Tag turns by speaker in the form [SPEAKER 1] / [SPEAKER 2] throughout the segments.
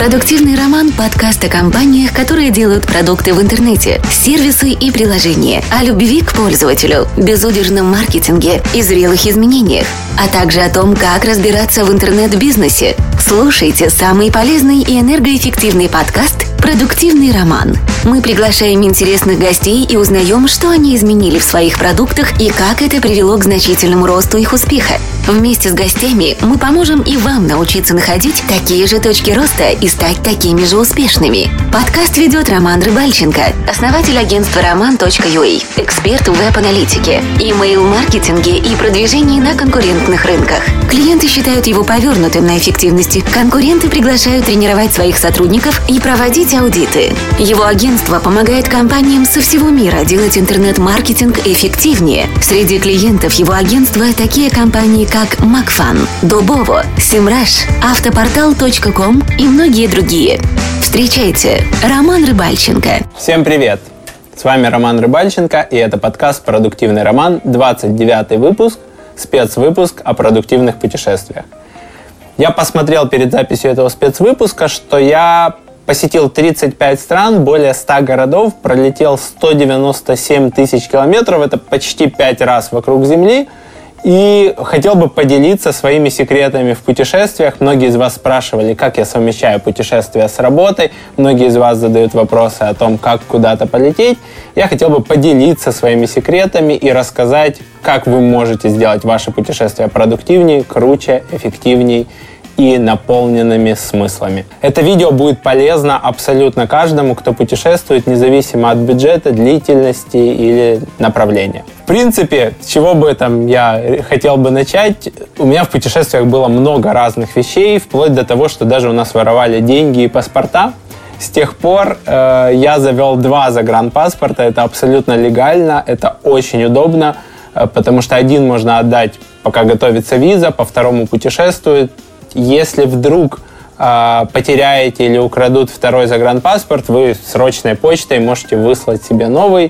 [SPEAKER 1] Продуктивный роман – подкаст о компаниях, которые делают продукты в интернете, сервисы и приложения, о любви к пользователю, безудержном маркетинге и зрелых изменениях, а также о том, как разбираться в интернет-бизнесе. Слушайте самый полезный и энергоэффективный подкаст «Продуктивный роман». Мы приглашаем интересных гостей и узнаем, что они изменили в своих продуктах и как это привело к значительному росту их успеха. Вместе с гостями мы поможем и вам научиться находить такие же точки роста и стать такими же успешными. Подкаст ведет Роман Рыбальченко, основатель агентства roman.ua, эксперт в веб-аналитике, имейл-маркетинге и продвижении на конкурентных рынках. Клиенты считают его повернутым на эффективности. Конкуренты приглашают тренировать своих сотрудников и проводить аудиты. Его агентство помогает компаниям со всего мира делать интернет-маркетинг эффективнее. Среди клиентов его агентства такие компании, как Макфан, Дубово, Симраш, Автопортал.ком и многие другие. Встречайте, Роман Рыбальченко.
[SPEAKER 2] Всем привет! С вами Роман Рыбальченко, и это подкаст «Продуктивный роман», 29-й выпуск, спецвыпуск о продуктивных путешествиях. Я посмотрел перед записью этого спецвыпуска, что я посетил 35 стран, более 100 городов, пролетел 197 тысяч километров, это почти 5 раз вокруг Земли, и хотел бы поделиться своими секретами в путешествиях. Многие из вас спрашивали, как я совмещаю путешествия с работой. Многие из вас задают вопросы о том, как куда-то полететь. Я хотел бы поделиться своими секретами и рассказать, как вы можете сделать ваши путешествия продуктивнее, круче, эффективнее и наполненными смыслами. Это видео будет полезно абсолютно каждому, кто путешествует, независимо от бюджета, длительности или направления. В принципе, с чего бы я хотел бы начать, у меня в путешествиях было много разных вещей, вплоть до того, что даже у нас воровали деньги и паспорта. С тех пор я завел 2 загранпаспорта, это абсолютно легально, это очень удобно, потому что один можно отдать, пока готовится виза, по второму путешествует. Если вдруг потеряете или украдут второй загранпаспорт, вы срочной почтой можете выслать себе новый,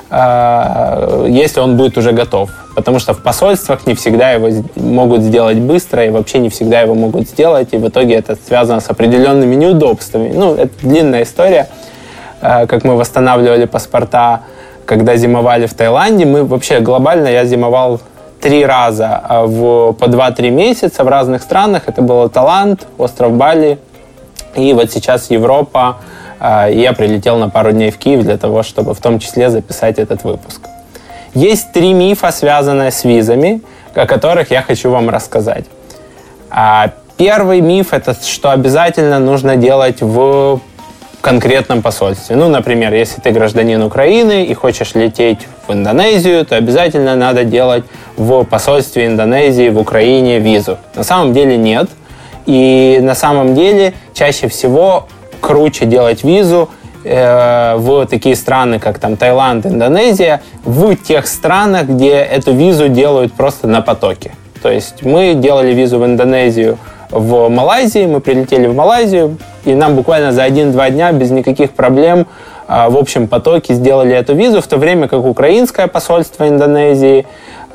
[SPEAKER 2] если он будет уже готов. Потому что в посольствах не всегда его могут сделать быстро, и вообще не всегда его могут сделать, и в итоге это связано с определенными неудобствами. Это длинная история, как мы восстанавливали паспорта, когда зимовали в Таиланде. Мы вообще глобально, я зимовал 3 раза по 2-3 месяца в разных странах. Это был Таиланд, остров Бали и вот сейчас Европа. И я прилетел на пару дней в Киев для того, чтобы в том числе записать этот выпуск. Есть 3 мифа, связанные с визами, о которых я хочу вам рассказать. Первый миф – это что обязательно нужно делать в конкретном посольстве. Например, если ты гражданин Украины и хочешь лететь в Индонезию, то обязательно надо делать в посольстве Индонезии в Украине визу. На самом деле нет. И на самом деле чаще всего круче делать визу в такие страны, как Таиланд, Индонезия, в тех странах, где эту визу делают просто на потоке. То есть мы делали визу в Индонезию в Малайзии, мы прилетели в Малайзию, и нам буквально за 1-2 дня без никаких проблем в общем потоке сделали эту визу, в то время как украинское посольство Индонезии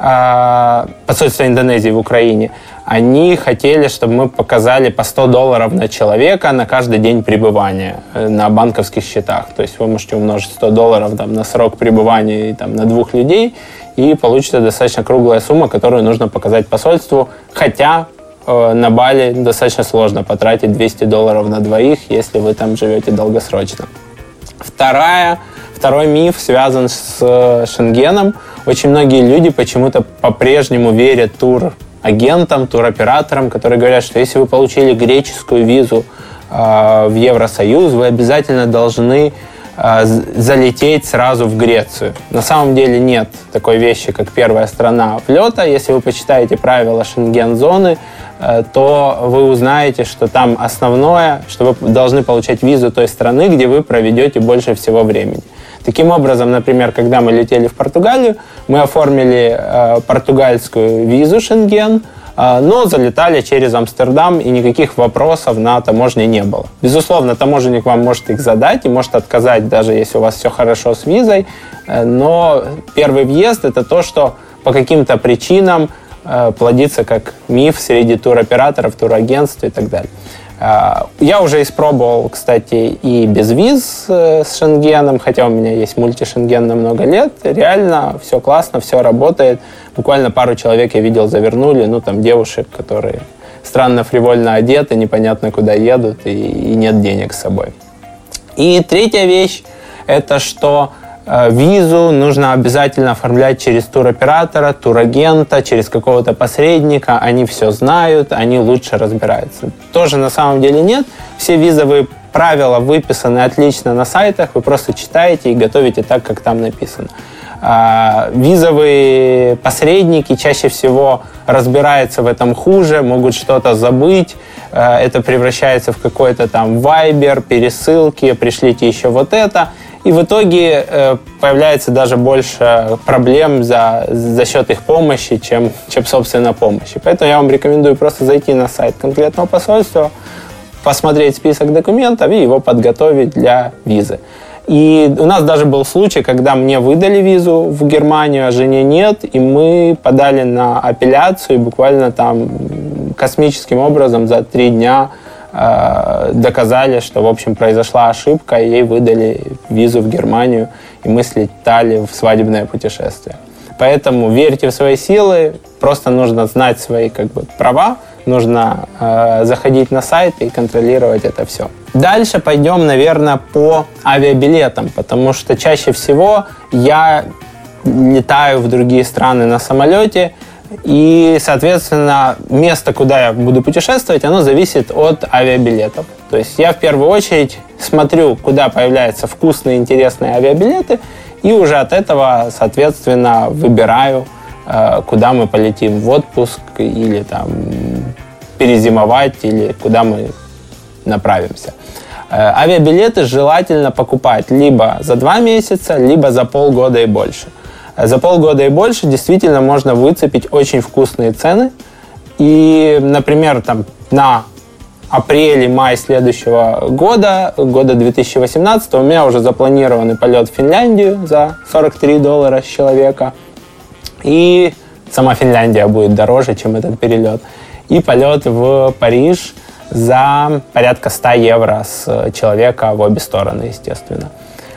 [SPEAKER 2] в Украине, они хотели, чтобы мы показали по $100 на человека на каждый день пребывания на банковских счетах. То есть вы можете умножить $100 на срок пребывания на 2 людей, и получится достаточно круглая сумма, которую нужно показать посольству, хотя на Бали достаточно сложно потратить $200 на 2, если вы там живете долгосрочно. Второй миф связан с Шенгеном. Очень многие люди почему-то по-прежнему верят турагентам, туроператорам, которые говорят, что если вы получили греческую визу в Евросоюз, вы обязательно должны залететь сразу в Грецию. На самом деле нет такой вещи, как первая страна влета. Если вы почитаете правила Шенген-зоны, то вы узнаете, что там основное, что вы должны получать визу той страны, где вы проведете больше всего времени. Таким образом, например, когда мы летели в Португалию, мы оформили португальскую визу Шенген, но залетали через Амстердам, и никаких вопросов на таможне не было. Безусловно, таможенник вам может их задать и может отказать, даже если у вас все хорошо с визой, но первый въезд – это то, что по каким-то причинам плодится как миф среди туроператоров, турагентств и так далее. Я уже испробовал, кстати, и без виз с Шенгеном, хотя у меня есть мультишенген на много лет. Реально все классно, все работает. Буквально пару человек я видел, завернули, девушек, которые странно фривольно одеты, непонятно куда едут и нет денег с собой. И третья вещь, это что визу нужно обязательно оформлять через туроператора, турагента, через какого-то посредника. Они все знают, они лучше разбираются. Тоже на самом деле нет. Все визовые правила выписаны отлично на сайтах. Вы просто читаете и готовите так, как там написано. Визовые посредники чаще всего разбираются в этом хуже, могут что-то забыть. Это превращается в какой-то там вайбер, пересылки, пришлите еще вот это. И в итоге появляется даже больше проблем за счет их помощи, чем собственно, помощи. Поэтому я вам рекомендую просто зайти на сайт конкретного посольства, посмотреть список документов и его подготовить для визы. И у нас даже был случай, когда мне выдали визу в Германию, а жене нет, и мы подали на апелляцию, и буквально там космическим образом за 3 дня доказали, что, в общем, произошла ошибка, и ей выдали визу в Германию, и мы слетали в свадебное путешествие. Поэтому верьте в свои силы, просто нужно знать свои права, нужно заходить на сайт и контролировать это все. Дальше пойдем, наверное, по авиабилетам, потому что чаще всего я летаю в другие страны на самолете, и, соответственно, место, куда я буду путешествовать, оно зависит от авиабилетов. То есть я в первую очередь смотрю, куда появляются вкусные, интересные авиабилеты, и уже от этого, соответственно, выбираю, куда мы полетим в отпуск или там перезимовать, или куда мы направимся. Авиабилеты желательно покупать либо за 2 месяца, либо за полгода и больше. За полгода и больше действительно можно выцепить очень вкусные цены. И, например, на апрель-май следующего года 2018, у меня уже запланированный полет в Финляндию за $43 с человека. И сама Финляндия будет дороже, чем этот перелет. И полет в Париж за порядка 100 евро с человека в обе стороны, естественно.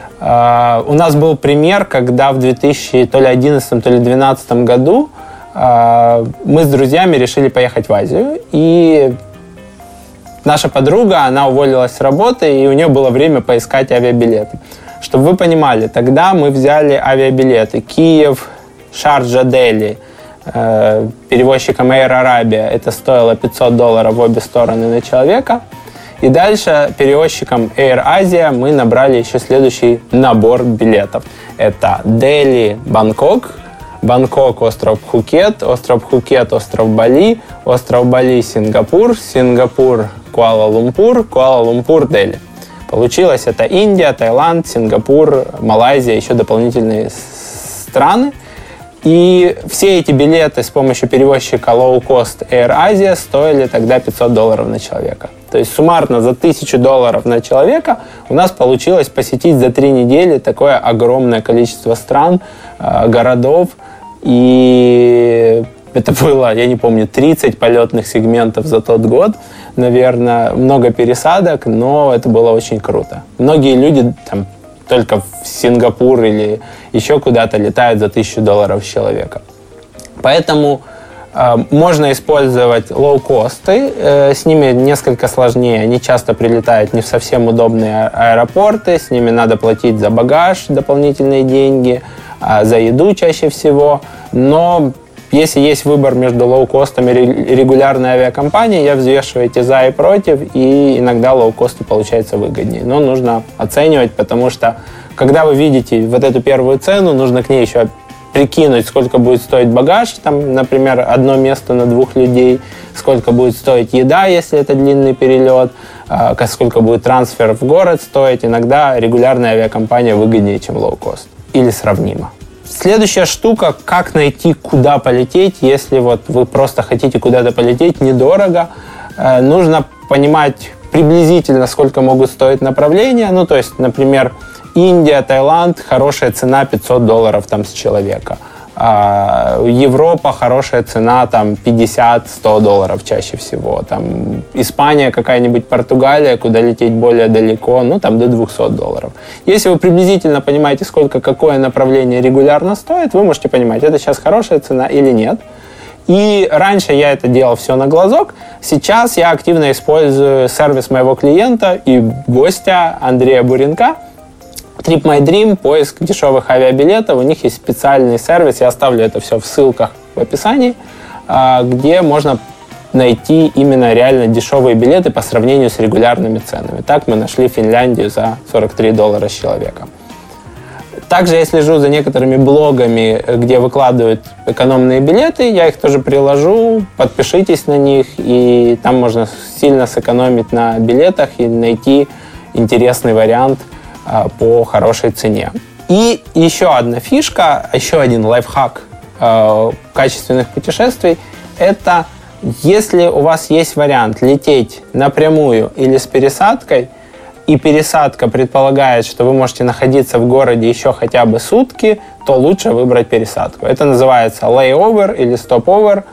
[SPEAKER 2] У нас был пример, когда в 2011, то ли 2012 году мы с друзьями решили поехать в Азию. И наша подруга, она уволилась с работы, и у нее было время поискать авиабилеты. Чтобы вы понимали, тогда мы взяли авиабилеты Киев, Шарджа, Дели, перевозчиком Air Arabia. Это стоило $500 в обе стороны на человека. И дальше перевозчиком Air Asia мы набрали еще следующий набор билетов. Это Дели, Бангкок, Бангкок, остров Пхукет, остров Бали, остров Бали, Сингапур, Сингапур, Куала-Лумпур, Куала-Лумпур, Дели. Получилось это Индия, Таиланд, Сингапур, Малайзия, еще дополнительные страны. И все эти билеты с помощью перевозчика Low Cost Air Asia стоили тогда $500 на человека. То есть суммарно за $1000 на человека у нас получилось посетить за 3 недели такое огромное количество стран, городов. И это было, я не помню, 30 полетных сегментов за тот год. Наверное, много пересадок, но это было очень круто. Многие люди только в Сингапур или еще куда-то летают за $1000 с человека. Поэтому можно использовать лоукосты, с ними несколько сложнее, они часто прилетают не в совсем удобные аэропорты, с ними надо платить за багаж дополнительные деньги, за еду чаще всего, но если есть выбор между лоукостами и регулярной авиакомпанией, я взвешиваю эти за и против, и иногда лоукосты получаются выгоднее. Но нужно оценивать, потому что когда вы видите вот эту первую цену, нужно к ней еще прикинуть, сколько будет стоить багаж, например, одно место на 2 людей, сколько будет стоить еда, если это длинный перелет, сколько будет трансфер в город стоить. Иногда регулярная авиакомпания выгоднее, чем лоукост. Или сравнимо. Следующая штука, как найти, куда полететь, если вы просто хотите куда-то полететь, недорого. Нужно понимать приблизительно, сколько могут стоить направления. То есть, например, Индия, Таиланд, хорошая цена $500 с человека. Европа, хорошая цена, там, $50-100 чаще всего. Там, Испания, какая-нибудь Португалия, куда лететь более далеко, ну, там, до $200. Если вы приблизительно понимаете, сколько какое направление регулярно стоит, вы можете понимать, это сейчас хорошая цена или нет. И раньше я это делал все на глазок. Сейчас я активно использую сервис моего клиента и гостя Андрея Буренка. Trip My Dream, поиск дешевых авиабилетов. У них есть специальный сервис, я оставлю это все в ссылках в описании, где можно найти именно реально дешевые билеты по сравнению с регулярными ценами. Так мы нашли Финляндию за $43 с человека. Также я слежу за некоторыми блогами, где выкладывают экономные билеты. Я их тоже приложу, подпишитесь на них, и там можно сильно сэкономить на билетах и найти интересный вариант по хорошей цене. И еще одна фишка, еще один лайфхак качественных путешествий – это если у вас есть вариант лететь напрямую или с пересадкой, и пересадка предполагает, что вы можете находиться в городе еще хотя бы сутки, то лучше выбрать пересадку. Это называется layover или stopover.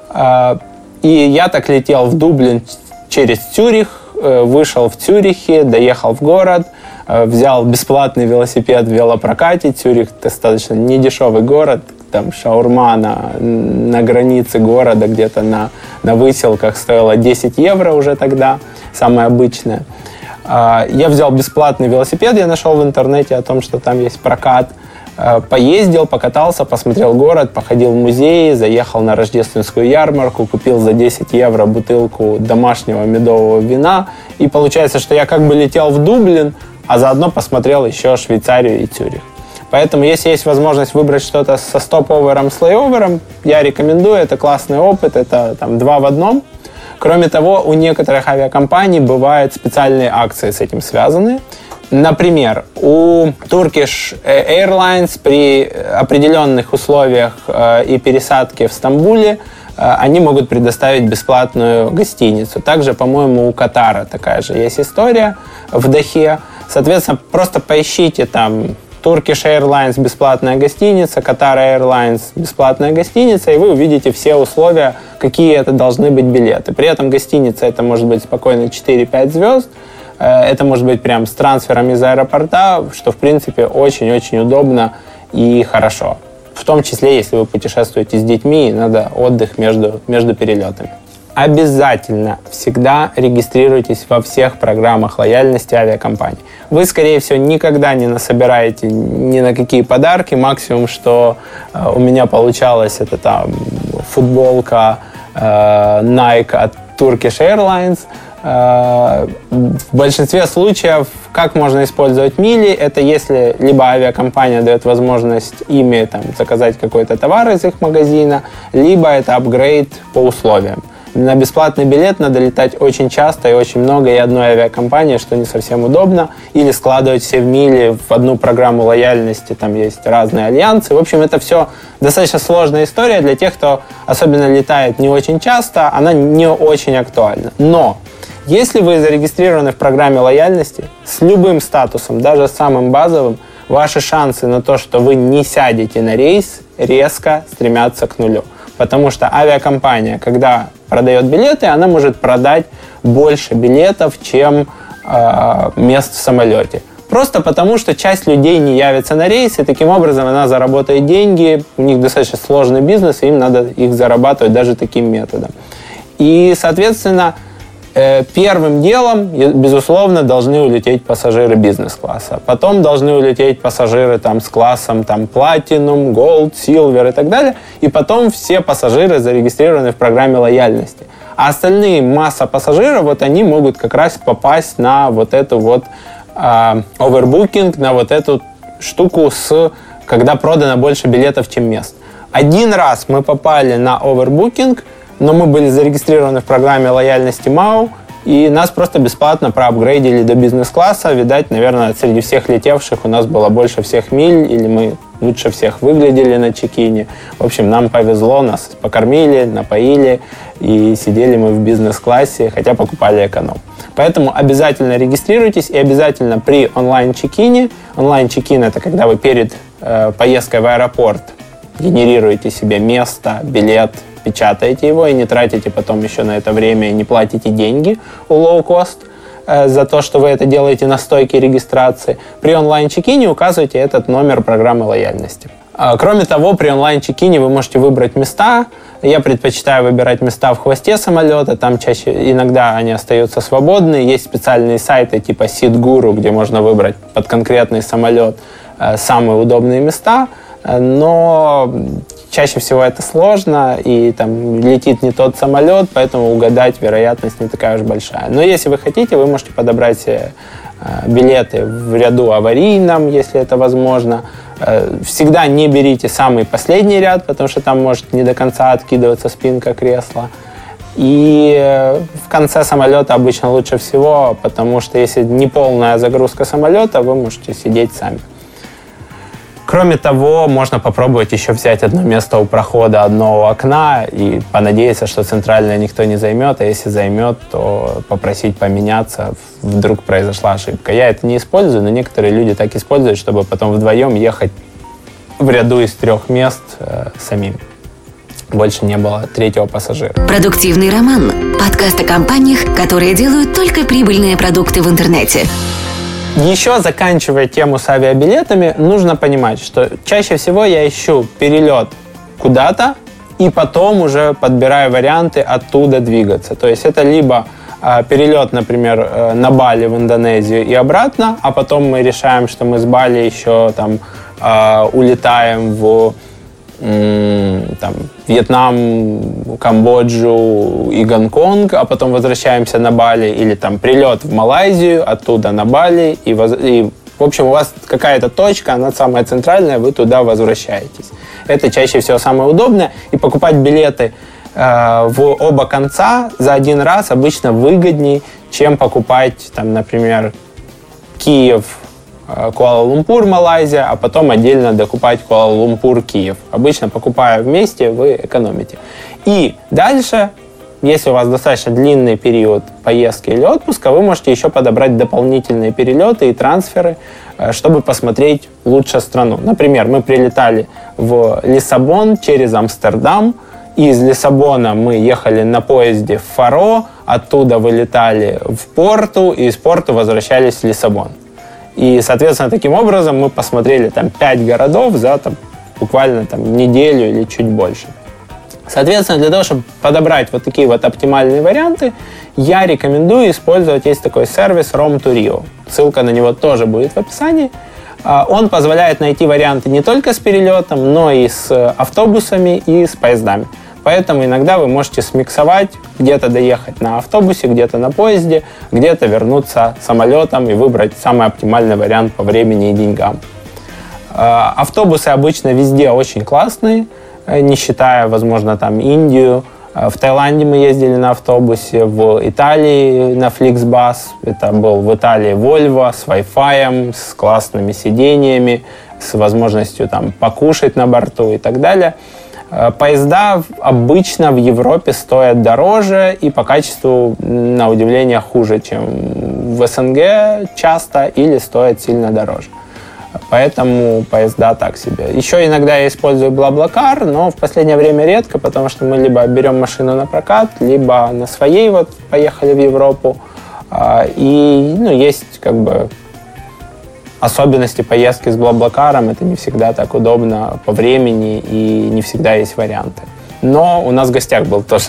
[SPEAKER 2] И я так летел в Дублин через Цюрих, вышел в Цюрихе, доехал в город, взял бесплатный велосипед в велопрокате. Цюрих достаточно недешевый город, там шаурма на границе города, где-то на выселках стоила 10 евро уже тогда, самое обычное. Я взял бесплатный велосипед, я нашел в интернете о том, что там есть прокат. Поездил, покатался, посмотрел город, походил в музеи, заехал на рождественскую ярмарку, купил за 10 евро бутылку домашнего медового вина. И получается, что я как бы летел в Дублин, а заодно посмотрел еще Швейцарию и Цюрих. Поэтому, если есть возможность выбрать что-то со стоп-овером, с лей-овером, я рекомендую, это классный опыт, это там 2 в 1. Кроме того, у некоторых авиакомпаний бывают специальные акции с этим связаны. Например, у Turkish Airlines при определенных условиях и пересадке в Стамбуле они могут предоставить бесплатную гостиницу. Также, по-моему, у Катара такая же есть история в Дохе. Соответственно, просто поищите там Turkish Airlines бесплатная гостиница, Qatar Airlines бесплатная гостиница, и вы увидите все условия, какие это должны быть билеты. При этом гостиница это может быть спокойно 4-5 звезд, это может быть прям с трансфером из аэропорта, что в принципе очень-очень удобно и хорошо. В том числе, если вы путешествуете с детьми, и надо отдых между перелетами. Обязательно всегда регистрируйтесь во всех программах лояльности авиакомпаний. Вы, скорее всего, никогда не насобираете ни на какие подарки. Максимум, что у меня получалось, это там футболка Nike от Turkish Airlines. В большинстве случаев, как можно использовать мили, это если либо авиакомпания дает возможность ими там, заказать какой-то товар из их магазина, либо это апгрейд по условиям. На бесплатный билет надо летать очень часто и очень много, и одной авиакомпании, что не совсем удобно, или складывать все в мили в одну программу лояльности, там есть разные альянсы. В общем, это все достаточно сложная история для тех, кто особенно летает не очень часто, она не очень актуальна. Но если вы зарегистрированы в программе лояльности с любым статусом, даже самым базовым, ваши шансы на то, что вы не сядете на рейс, резко стремятся к нулю. Потому что авиакомпания, когда продает билеты, она может продать больше билетов, чем мест в самолете. Просто потому, что часть людей не явится на рейс, и таким образом она заработает деньги. У них достаточно сложный бизнес, и им надо их зарабатывать даже таким методом. И, соответственно, первым делом, безусловно, должны улететь пассажиры бизнес-класса. Потом должны улететь пассажиры там, с классом там, Platinum, Gold, Silver и так далее. И потом все пассажиры зарегистрированы в программе лояльности. А остальные масса пассажиров, вот они могут как раз попасть на вот эту вот овербукинг, на вот эту штуку, когда продано больше билетов, чем мест. Один раз мы попали на овербукинг, но мы были зарегистрированы в программе лояльности МАУ, и нас просто бесплатно проапгрейдили до бизнес-класса. Видать, наверное, среди всех летевших у нас было больше всех миль, или мы лучше всех выглядели на чекине. В общем, нам повезло, нас покормили, напоили, и сидели мы в бизнес-классе, хотя покупали эконом. Поэтому обязательно регистрируйтесь, и обязательно при онлайн-чекине. Онлайн-чекин – это когда вы перед поездкой в аэропорт генерируете себе место, билет, печатаете его и не тратите потом еще на это время, и не платите деньги у low-cost за то, что вы это делаете на стойке регистрации. При онлайн-чекине указываете этот номер программы лояльности. Кроме того, при онлайн-чекине вы можете выбрать места. Я предпочитаю выбирать места в хвосте самолета, там чаще иногда они остаются свободны. Есть специальные сайты типа SeatGuru, где можно выбрать под конкретный самолет самые удобные места, но чаще всего это сложно, и там летит не тот самолет, поэтому угадать вероятность не такая уж большая. Но если вы хотите, вы можете подобрать себе билеты в ряду аварийном, если это возможно. Всегда не берите самый последний ряд, потому что там может не до конца откидываться спинка кресла. И в конце самолета обычно лучше всего, потому что если не полная загрузка самолета, вы можете сидеть сами. Кроме того, можно попробовать еще взять одно место у прохода, одно у окна и понадеяться, что центральное никто не займет, а если займет, то попросить поменяться, вдруг произошла ошибка. Я это не использую, но некоторые люди так используют, чтобы потом вдвоем ехать в ряду из 3 мест самим. Больше не было третьего пассажира.
[SPEAKER 1] Продуктивный роман. Подкаст о компаниях, которые делают только прибыльные продукты в интернете.
[SPEAKER 2] Еще, заканчивая тему с авиабилетами, нужно понимать, что чаще всего я ищу перелет куда-то и потом уже подбираю варианты оттуда двигаться. То есть это либо перелет, например, на Бали в Индонезию и обратно, а потом мы решаем, что мы с Бали еще там улетаем в Вьетнам, Камбоджу и Гонконг, а потом возвращаемся на Бали, или там прилет в Малайзию, оттуда на Бали, и в общем, у вас какая-то точка, она самая центральная, вы туда возвращаетесь. Это чаще всего самое удобное, и покупать билеты в оба конца за один раз обычно выгоднее, чем покупать, там, например, Киев, Куала-Лумпур, Малайзия, а потом отдельно докупать Куала-Лумпур, Киев. Обычно, покупая вместе, вы экономите. И дальше, если у вас достаточно длинный период поездки или отпуска, вы можете еще подобрать дополнительные перелеты и трансферы, чтобы посмотреть лучше страну. Например, мы прилетали в Лиссабон через Амстердам, и из Лиссабона мы ехали на поезде в Фаро, оттуда вылетали в Порту, и из Порту возвращались в Лиссабон. И, соответственно, таким образом мы посмотрели там 5 городов за буквально неделю или чуть больше. Соответственно, для того, чтобы подобрать вот такие вот оптимальные варианты, я рекомендую использовать, есть такой сервис Rom2Rio. Ссылка на него тоже будет в описании. Он позволяет найти варианты не только с перелетом, но и с автобусами и с поездами. Поэтому иногда вы можете смиксовать, где-то доехать на автобусе, где-то на поезде, где-то вернуться самолетом и выбрать самый оптимальный вариант по времени и деньгам. Автобусы обычно везде очень классные, не считая, возможно, Индию. В Таиланде мы ездили на автобусе, в Италии на Flixbus. Это был в Италии Volvo с Wi-Fi, с классными сидениями, с возможностью покушать на борту и так далее. Поезда обычно в Европе стоят дороже и по качеству, на удивление, хуже, чем в СНГ часто, или стоят сильно дороже. Поэтому поезда так себе. Еще иногда я использую BlaBlaCar, но в последнее время редко, потому что мы либо берем машину на прокат, либо на своей поехали в Европу. И есть особенности поездки с BlaBlaCar'ом, это не всегда так удобно по времени и не всегда есть варианты. Но у нас в гостях был тоже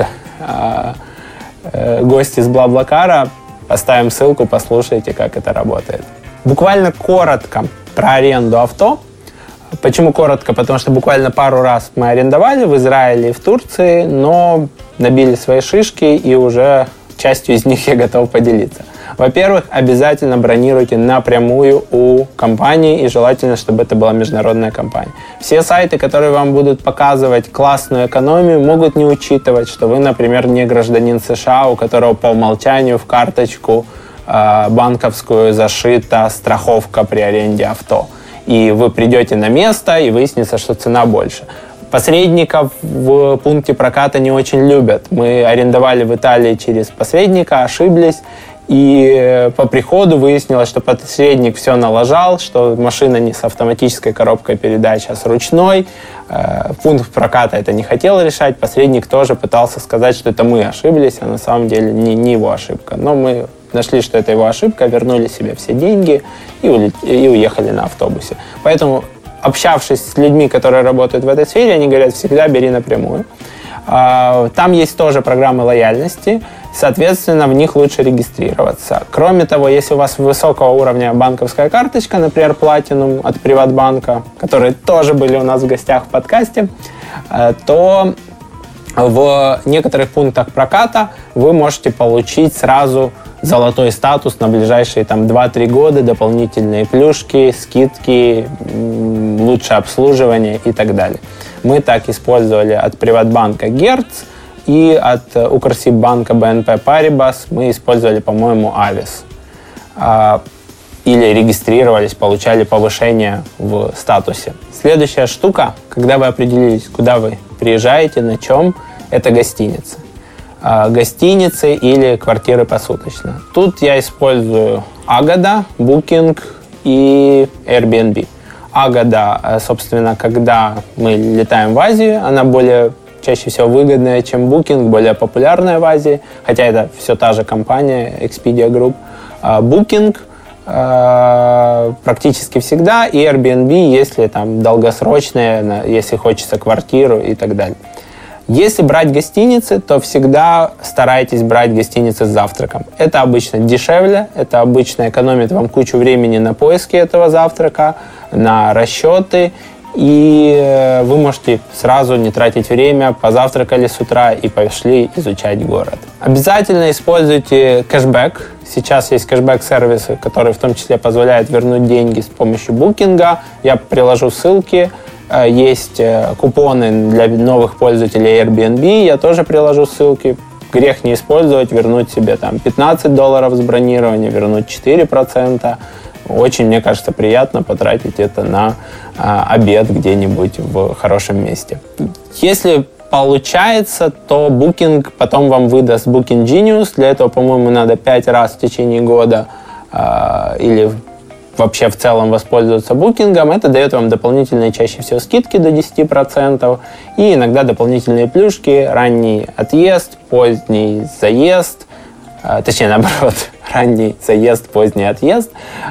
[SPEAKER 2] гость из BlaBlaCar'а. Поставим ссылку, послушайте, как это работает. Буквально коротко про аренду авто. Почему коротко? Потому что буквально пару раз мы арендовали в Израиле и в Турции, но набили свои шишки, и уже частью из них я готов поделиться. Во-первых, обязательно бронируйте напрямую у компании, и желательно, чтобы это была международная компания. Все сайты, которые вам будут показывать классную экономию, могут не учитывать, что вы, например, не гражданин США, у которого по умолчанию в карточку банковскую зашита страховка при аренде авто. И вы придете на место, и выяснится, что цена больше. Посредников в пункте проката не очень любят. Мы арендовали в Италии через посредника, ошиблись, И по приходу выяснилось, что посредник все налажал, что машина не с автоматической коробкой передач, а с ручной. Пункт проката это не хотел решать. Посредник тоже пытался сказать, что это мы ошиблись, а на самом деле не его ошибка. Но мы нашли, что это его ошибка, вернули себе все деньги и уехали на автобусе. Поэтому, общавшись с людьми, которые работают в этой сфере, они говорят, всегда бери напрямую. Там есть тоже программы лояльности, соответственно, в них лучше регистрироваться. Кроме того, если у вас высокого уровня банковская карточка, например, Platinum от Приватбанка, которые тоже были у нас в гостях в подкасте, то в некоторых пунктах проката вы можете получить сразу золотой статус на ближайшие 2-3 года, дополнительные плюшки, скидки, лучшее обслуживание и так далее. Мы так использовали от Приватбанка Герц и от Укрсиббанка BNP Paribas мы использовали, по-моему, Авис. Или регистрировались, получали повышение в статусе. Следующая штука, когда вы определились, куда вы приезжаете, на чем, это гостиницы. Гостиницы или квартиры посуточно. Тут я использую Agoda, Booking и Airbnb. Agoda, собственно, когда мы летаем в Азию, она чаще всего выгодная, чем Booking, более популярная в Азии, хотя это все та же компания, Expedia Group. Booking практически всегда, и Airbnb, если долгосрочные, если хочется квартиру и так далее. Если брать гостиницы, то всегда старайтесь брать гостиницы с завтраком. Это обычно дешевле, это обычно экономит вам кучу времени на поиски этого завтрака, на расчеты, и вы можете сразу не тратить время, позавтракали с утра и пошли изучать город. Обязательно используйте кэшбэк. Сейчас есть кэшбэк-сервисы, которые в том числе позволяют вернуть деньги с помощью букинга. Я приложу ссылки. Есть купоны для новых пользователей Airbnb, я тоже приложу ссылки. Грех не использовать, вернуть себе $15 с бронирования, вернуть 4%. Очень, мне кажется, приятно потратить это на обед где-нибудь в хорошем месте. Если получается, то Booking потом вам выдаст Booking Genius. Для этого, по-моему, надо 5 раз в течение года или вообще в целом воспользоваться букингом. Это дает вам дополнительные, чаще всего, скидки до 10% и иногда дополнительные плюшки, ранний отъезд, поздний заезд, точнее, наоборот, ранний заезд, поздний отъезд,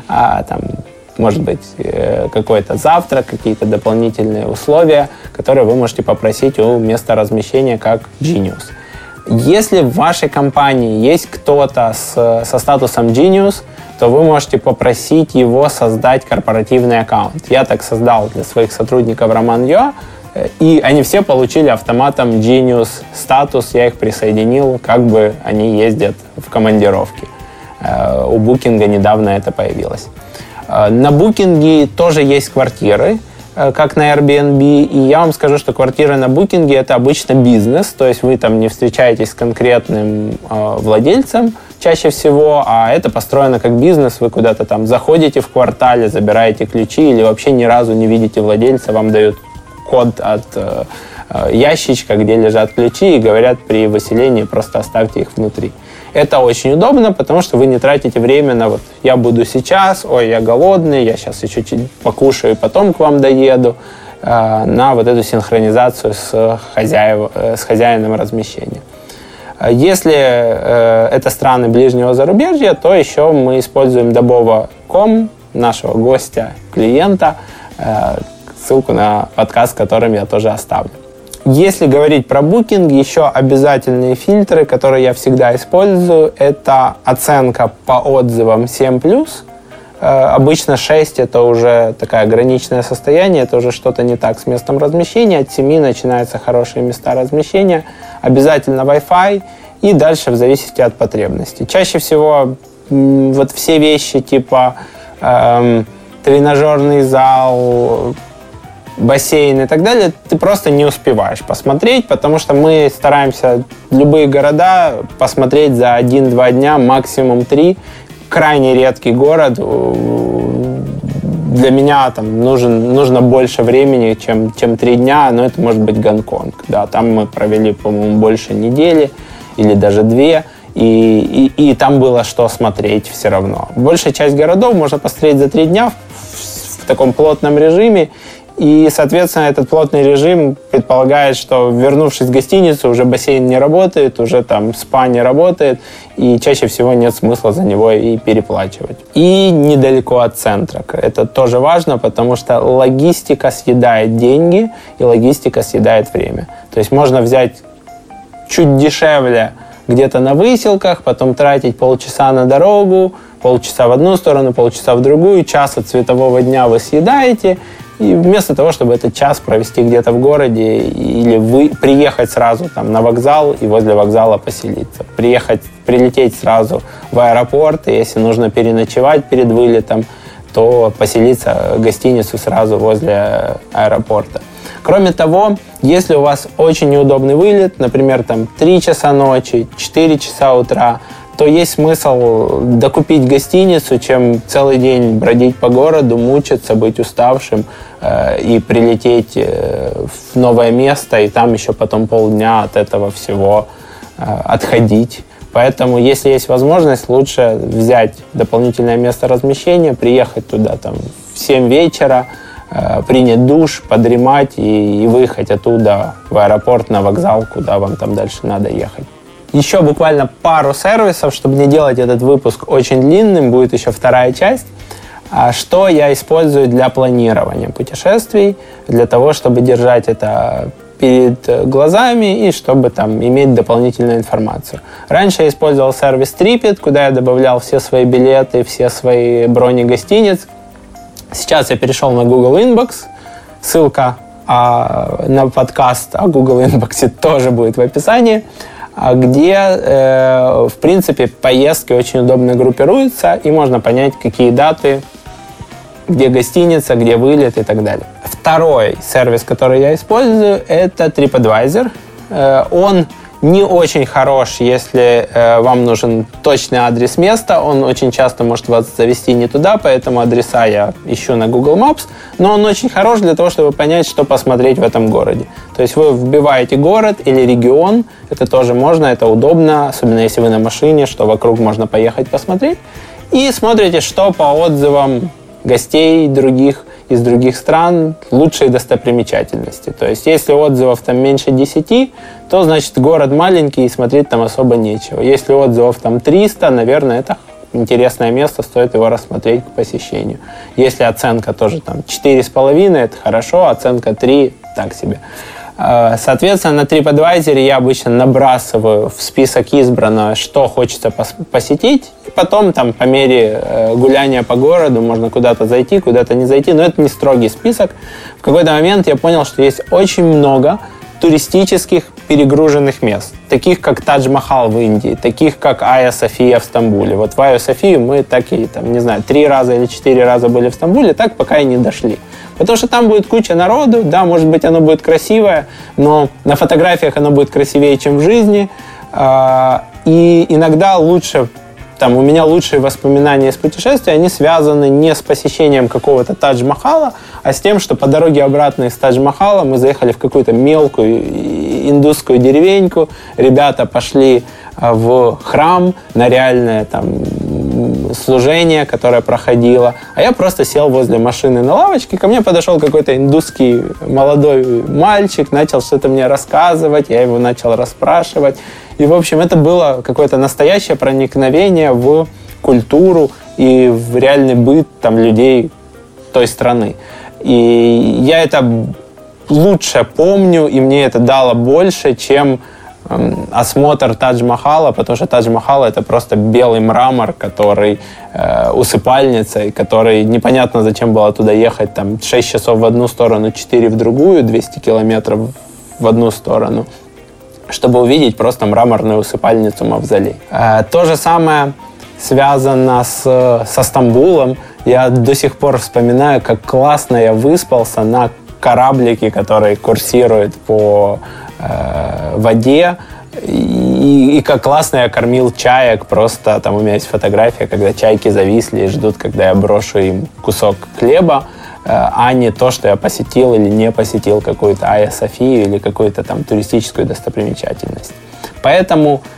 [SPEAKER 2] может быть, какой-то завтрак, какие-то дополнительные условия, которые вы можете попросить у места размещения как Genius. Если в вашей компании есть кто-то со статусом Genius, то вы можете попросить его создать корпоративный аккаунт. Я так создал для своих сотрудников Roman.ua, и они все получили автоматом Genius статус, я их присоединил, как бы они ездят в командировки. У Booking недавно это появилось. На Booking тоже есть квартиры, как на Airbnb, и я вам скажу, что квартиры на Booking это обычно бизнес, то есть вы не встречаетесь с конкретным владельцем чаще всего, а это построено как бизнес, вы куда-то заходите в квартале, забираете ключи или вообще ни разу не видите владельца, вам дают код от ящичка, где лежат ключи, и говорят, при выселении просто оставьте их внутри. Это очень удобно, потому что вы не тратите время на я буду сейчас, я голодный, я сейчас еще чуть покушаю и потом к вам доеду, на эту синхронизацию с хозяином размещения. Если это страны ближнего зарубежья, то еще мы используем Dobovo.com, нашего гостя, клиента, ссылку на подкаст, которым я тоже оставлю. Если говорить про Booking, еще обязательные фильтры, которые я всегда использую, это оценка по отзывам 7+. Обычно 6 это уже такое граничное состояние, это уже что-то не так с местом размещения. От 7 начинаются хорошие места размещения. Обязательно Wi-Fi и дальше в зависимости от потребностей. Чаще всего все вещи типа тренажерный зал, бассейн и так далее, ты просто не успеваешь посмотреть, потому что мы стараемся любые города посмотреть за 1-2 дня, максимум 3. Крайне редкий город. Для меня нужно больше времени, чем 3 дня, но это может быть Гонконг. Да, там мы провели, по-моему, больше недели или даже 2. и там было что смотреть все равно. Большая часть городов можно посмотреть за 3 дня в таком плотном режиме, и, соответственно, этот плотный режим предполагает, что, вернувшись в гостиницу, уже бассейн не работает, уже там спа не работает, и чаще всего нет смысла за него и переплачивать. И недалеко от центра. Это тоже важно, потому что логистика съедает деньги, и логистика съедает время. То есть можно взять чуть дешевле где-то на выселках, потом тратить полчаса на дорогу, полчаса в одну сторону, полчаса в другую, час от светового дня вы съедаете, и вместо того, чтобы этот час провести где-то в городе или приехать сразу там, на вокзал и возле вокзала поселиться, прилететь сразу в аэропорт, и если нужно переночевать перед вылетом, то поселиться в гостиницу сразу возле аэропорта. Кроме того, если у вас очень неудобный вылет, например, там 3 часа ночи, 4 часа утра, то есть смысл докупить гостиницу, чем целый день бродить по городу, мучиться, быть уставшим и прилететь в новое место, и там еще потом полдня от этого всего отходить. Поэтому, если есть возможность, лучше взять дополнительное место размещения, приехать туда там, в 7 вечера, принять душ, подремать и выехать оттуда в аэропорт, на вокзал, куда вам там дальше надо ехать. Еще буквально пару сервисов, чтобы не делать этот выпуск очень длинным, будет еще 2 часть. Что я использую для планирования путешествий, для того, чтобы держать это перед глазами и чтобы там иметь дополнительную информацию. Раньше я использовал сервис Tripit, куда я добавлял все свои билеты, все свои брони гостиниц. Сейчас я перешел на Google Inbox. Ссылка на подкаст о Google Inbox тоже будет в описании, где, в принципе, поездки очень удобно группируются, и можно понять, какие даты, где гостиница, где вылет и так далее. Второй сервис, который я использую, это TripAdvisor. Он не очень хорош, если вам нужен точный адрес места. Он очень часто может вас завести не туда, поэтому адреса я ищу на Google Maps. Но он очень хорош для того, чтобы понять, что посмотреть в этом городе. То есть вы вбиваете город или регион. Это тоже можно, это удобно, особенно если вы на машине, что вокруг можно поехать посмотреть. И смотрите, что по отзывам гостей из других стран лучшие достопримечательности. То есть, если отзывов там меньше 10, то, значит, город маленький и смотреть там особо нечего. Если отзывов там 300, наверное, это интересное место, стоит его рассмотреть к посещению. Если оценка тоже там 4,5, это хорошо, оценка 3, так себе. Соответственно, на TripAdvisor я обычно набрасываю в список избранного, что хочется посетить, и потом там по мере гуляния по городу можно куда-то зайти, куда-то не зайти, но это не строгий список. В какой-то момент я понял, что есть очень много туристических перегруженных мест, таких как Тадж-Махал в Индии, таких как Айя София в Стамбуле. Вот в Айю Софию мы так и, там, не знаю, 3 раза или 4 раза были в Стамбуле, так пока и не дошли. Потому что там будет куча народу, да, может быть, оно будет красивое, но на фотографиях оно будет красивее, чем в жизни. И иногда лучше, там, у меня лучшие воспоминания из путешествия, они связаны не с посещением какого-то Тадж-Махала, а с тем, что по дороге обратно из Тадж-Махала мы заехали в какую-то мелкую индусскую деревеньку, ребята пошли в храм на реальное там служение, которое проходило, а я просто сел возле машины на лавочке, ко мне подошел какой-то индусский молодой мальчик, начал что-то мне рассказывать, я его начал расспрашивать, и, в общем, это было какое-то настоящее проникновение в культуру и в реальный быт там людей той страны. И я это лучше помню, и мне это дало больше, чем осмотр Тадж-Махала, потому что Тадж-Махал — это просто белый мрамор, который усыпальница, и который непонятно, зачем было туда ехать, там 6 часов в одну сторону, 4 в другую, 200 километров в одну сторону, чтобы увидеть просто мраморную усыпальницу мавзолей. То же самое связано со Стамбулом. Я до сих пор вспоминаю, как классно я выспался на кораблике, который курсирует по воде, и как классно я кормил чаек, просто там у меня есть фотография, когда чайки зависли и ждут, когда я брошу им кусок хлеба, а не то, что я посетил или не посетил какую-то Айя Софию или какую-то там туристическую достопримечательность. Поэтому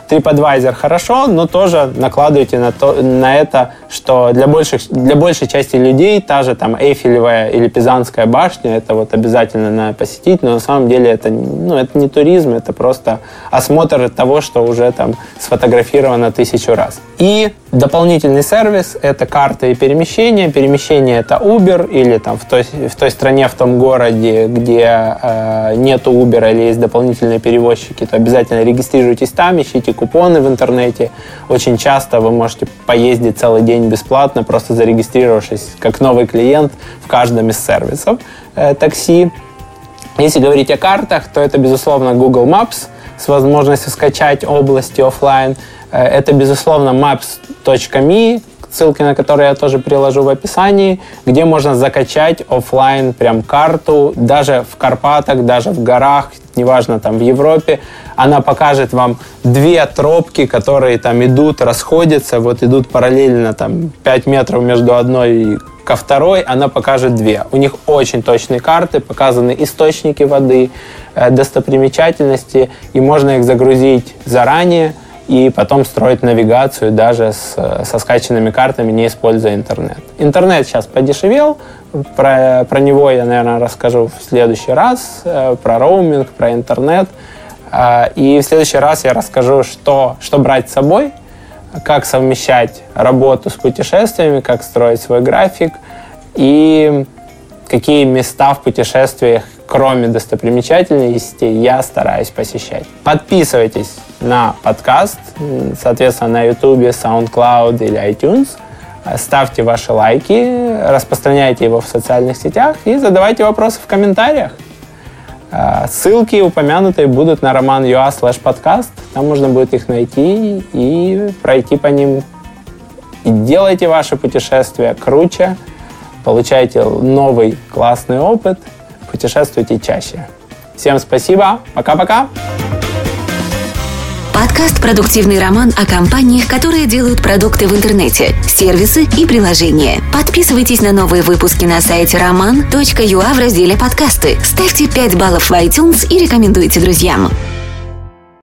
[SPEAKER 2] TripAdvisor хорошо, но тоже накладывайте на это, что для большей части людей та же там Эйфелевая или Пизанская башня, это вот обязательно надо посетить, но на самом деле это не туризм, это просто осмотр того, что уже там сфотографировано 1000 раз. И дополнительный сервис – это карты и перемещения. Перемещение – это Uber или там в той стране, в том городе, где нету Uber или есть дополнительные перевозчики, то обязательно регистрируйтесь там, ищите купоны в интернете. Очень часто вы можете поездить целый день бесплатно, просто зарегистрировавшись как новый клиент в каждом из сервисов такси. Если говорить о картах, то это, безусловно, Google Maps с возможностью скачать области офлайн. Это, безусловно, maps.me, ссылки на которые я тоже приложу в описании, где можно закачать офлайн прям карту, даже в Карпатах, даже в горах, неважно, там в Европе. Она покажет вам 2 тропки, которые там идут, расходятся, вот идут параллельно, там 5 метров между одной ко второй, она покажет 2. У них очень точные карты, показаны источники воды, достопримечательности, и можно их загрузить заранее, и потом строить навигацию даже со скачанными картами, не используя интернет. Интернет сейчас подешевел, про него я, наверное, расскажу в следующий раз, про роуминг, про интернет. И в следующий раз я расскажу, что брать с собой, как совмещать работу с путешествиями, как строить свой график и какие места в путешествиях, кроме достопримечательностей, я стараюсь посещать. Подписывайтесь на подкаст, соответственно, на YouTube, SoundCloud или iTunes. Ставьте ваши лайки, распространяйте его в социальных сетях и задавайте вопросы в комментариях. Ссылки упомянутые будут на roman.ua/подкаст. Там можно будет их найти и пройти по ним. И делайте ваши путешествия круче, получайте новый классный опыт, путешествуйте чаще. Всем спасибо, пока-пока!
[SPEAKER 1] Подкаст «Продуктивный роман» о компаниях, которые делают продукты в интернете, сервисы и приложения. Подписывайтесь на новые выпуски на сайте roman.ua в разделе «Подкасты». Ставьте 5 баллов в iTunes и рекомендуйте друзьям.